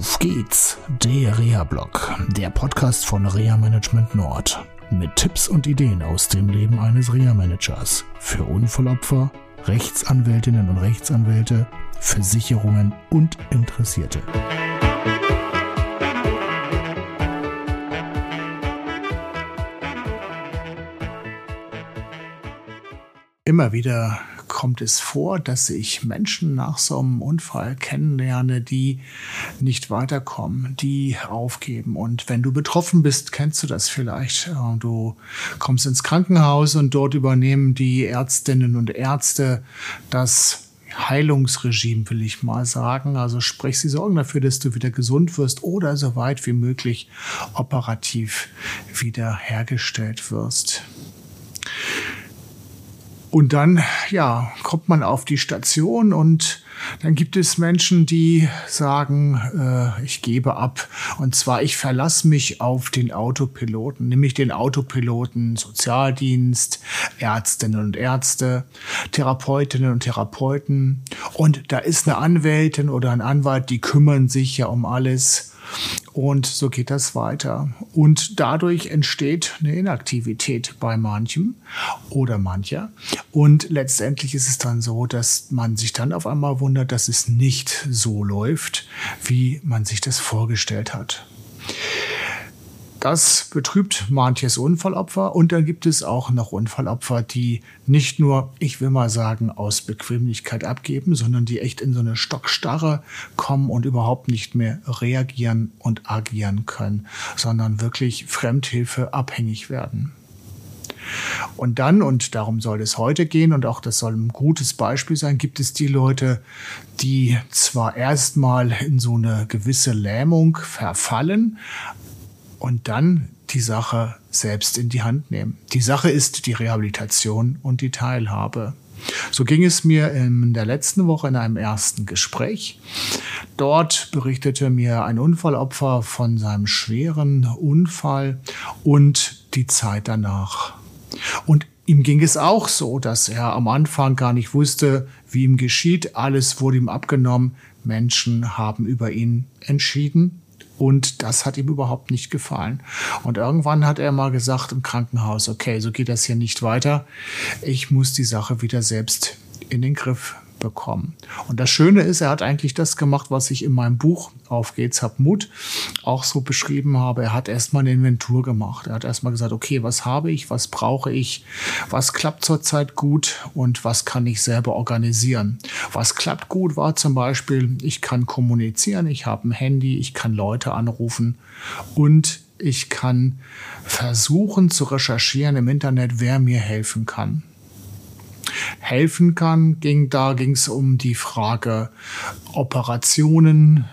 Auf geht's, der Reha-Blog, der Podcast von Reha Management Nord. Mit Tipps und Ideen aus dem Leben eines Reha-Managers. Für Unfallopfer, Rechtsanwältinnen und Rechtsanwälte, Versicherungen und Interessierte. Immer wieder kommt es vor, dass ich Menschen nach so einem Unfall kennenlerne, die nicht weiterkommen, die aufgeben. Und wenn du betroffen bist, kennst du das vielleicht. Du kommst ins Krankenhaus und dort übernehmen die Ärztinnen und Ärzte das Heilungsregime, will ich mal sagen. Also sprich, sie sorgen dafür, dass du wieder gesund wirst oder so weit wie möglich operativ wiederhergestellt wirst. Und dann, kommt man auf die Station und dann gibt es Menschen, die sagen, ich gebe ab. Und zwar, ich verlasse mich auf den Autopiloten, nämlich den Autopiloten Sozialdienst, Ärztinnen und Ärzte, Therapeutinnen und Therapeuten. Und da ist eine Anwältin oder ein Anwalt, die kümmern sich ja um alles. Und so geht das weiter. Und dadurch entsteht eine Inaktivität bei manchem oder mancher. Und letztendlich ist es dann so, dass man sich dann auf einmal wundert, dass es nicht so läuft, wie man sich das vorgestellt hat. Das betrübt manches Unfallopfer und dann gibt es auch noch Unfallopfer, die nicht nur, ich will mal sagen, aus Bequemlichkeit abgeben, sondern die echt in so eine Stockstarre kommen und überhaupt nicht mehr reagieren und agieren können, sondern wirklich Fremdhilfe abhängig werden. Und dann, und darum soll es heute gehen, und auch das soll ein gutes Beispiel sein, gibt es die Leute, die zwar erstmal in so eine gewisse Lähmung verfallen, und dann die Sache selbst in die Hand nehmen. Die Sache ist die Rehabilitation und die Teilhabe. So ging es mir in der letzten Woche in einem ersten Gespräch. Dort berichtete mir ein Unfallopfer von seinem schweren Unfall und die Zeit danach. Und ihm ging es auch so, dass er am Anfang gar nicht wusste, wie ihm geschieht. Alles wurde ihm abgenommen. Menschen haben über ihn entschieden. Und das hat ihm überhaupt nicht gefallen. Und irgendwann hat er mal gesagt im Krankenhaus, okay, so geht das hier nicht weiter. Ich muss die Sache wieder selbst in den Griff bekommen. Und das Schöne ist, er hat eigentlich das gemacht, was ich in meinem Buch Auf geht's, hab Mut auch so beschrieben habe. Er hat erstmal eine Inventur gemacht. Er hat erstmal gesagt, okay, was habe ich, was brauche ich, was klappt zurzeit gut und was kann ich selber organisieren. Was klappt gut war zum Beispiel, ich kann kommunizieren, ich habe ein Handy, ich kann Leute anrufen und ich kann versuchen zu recherchieren im Internet, wer mir helfen kann. Helfen kann, ging es um die Frage Operationen,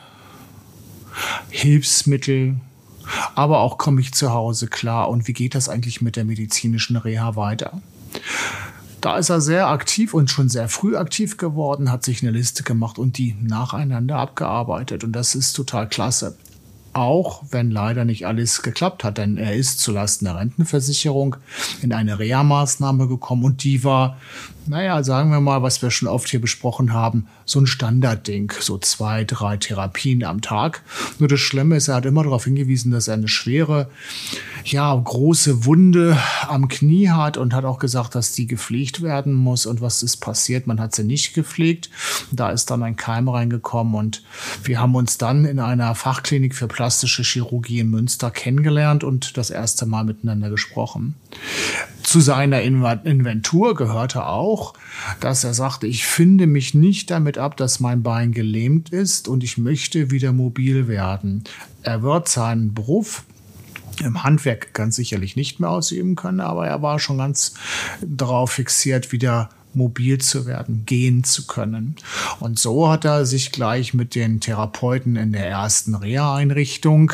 Hilfsmittel, aber auch komme ich zu Hause klar und wie geht das eigentlich mit der medizinischen Reha weiter? Da ist er sehr aktiv und schon sehr früh aktiv geworden, hat sich eine Liste gemacht und die nacheinander abgearbeitet und das ist total klasse. Auch wenn leider nicht alles geklappt hat, denn er ist zulasten der Rentenversicherung in eine Reha-Maßnahme gekommen und die war, sagen wir mal, was wir schon oft hier besprochen haben, so ein Standardding, so 2, 3 Therapien am Tag. Nur das Schlimme ist, er hat immer darauf hingewiesen, dass er eine schwere, große Wunde am Knie hat und hat auch gesagt, dass die gepflegt werden muss und was ist passiert, man hat sie nicht gepflegt. Da ist dann ein Keim reingekommen und wir haben uns dann in einer Fachklinik für plastische Chirurgie in Münster kennengelernt und das erste Mal miteinander gesprochen. Zu seiner Inventur gehörte auch, dass er sagte, ich finde mich nicht damit ab, dass mein Bein gelähmt ist und ich möchte wieder mobil werden. Er wird seinen Beruf im Handwerk ganz sicherlich nicht mehr ausüben können, aber er war schon ganz darauf fixiert, wieder mobil zu werden, gehen zu können. Und so hat er sich gleich mit den Therapeuten in der ersten Reha-Einrichtung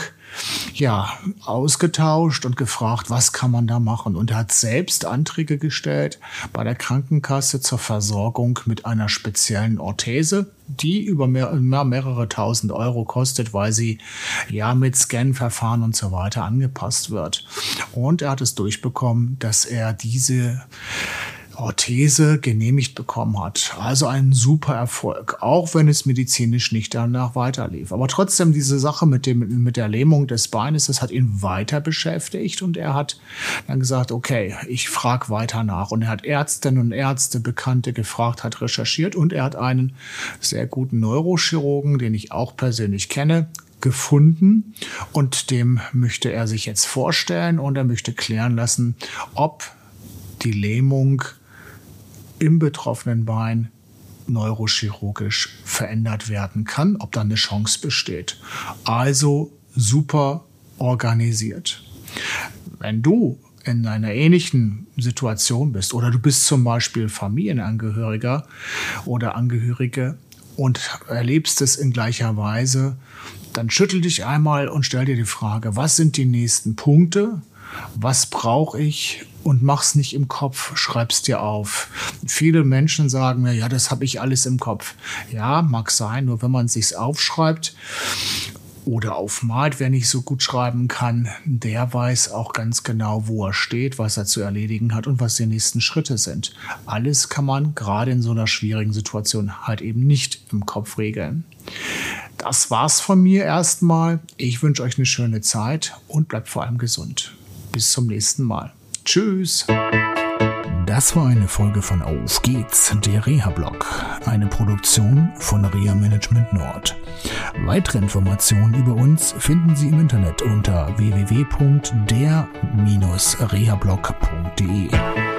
ausgetauscht und gefragt, was kann man da machen? Und er hat selbst Anträge gestellt bei der Krankenkasse zur Versorgung mit einer speziellen Orthese, die über mehrere tausend Euro kostet, weil sie mit Scan-Verfahren und so weiter angepasst wird. Und er hat es durchbekommen, dass er diese Orthese genehmigt bekommen hat. Also ein super Erfolg, auch wenn es medizinisch nicht danach weiterlief. Aber trotzdem diese Sache mit der Lähmung des Beines, das hat ihn weiter beschäftigt und er hat dann gesagt, okay, ich frage weiter nach. Und er hat Ärztinnen und Ärzte, Bekannte gefragt, hat recherchiert und er hat einen sehr guten Neurochirurgen, den ich auch persönlich kenne, gefunden und dem möchte er sich jetzt vorstellen und er möchte klären lassen, ob die Lähmung im betroffenen Bein neurochirurgisch verändert werden kann, ob da eine Chance besteht. Also super organisiert. Wenn du in einer ähnlichen Situation bist oder du bist zum Beispiel Familienangehöriger oder Angehörige und erlebst es in gleicher Weise, dann schüttel dich einmal und stell dir die Frage, was sind die nächsten Punkte? Was brauche ich? Und mach's nicht im Kopf, schreib's dir auf. Viele Menschen sagen mir, ja, das habe ich alles im Kopf. Ja, mag sein, nur wenn man es sich aufschreibt oder aufmalt, wer nicht so gut schreiben kann, der weiß auch ganz genau, wo er steht, was er zu erledigen hat und was die nächsten Schritte sind. Alles kann man gerade in so einer schwierigen Situation halt eben nicht im Kopf regeln. Das war's von mir erstmal. Ich wünsche euch eine schöne Zeit und bleibt vor allem gesund. Bis zum nächsten Mal. Tschüss. Das war eine Folge von Auf geht's, der Reha-Blog, eine Produktion von Reha Management Nord. Weitere Informationen über uns finden Sie im Internet unter www.der-rehablog.de.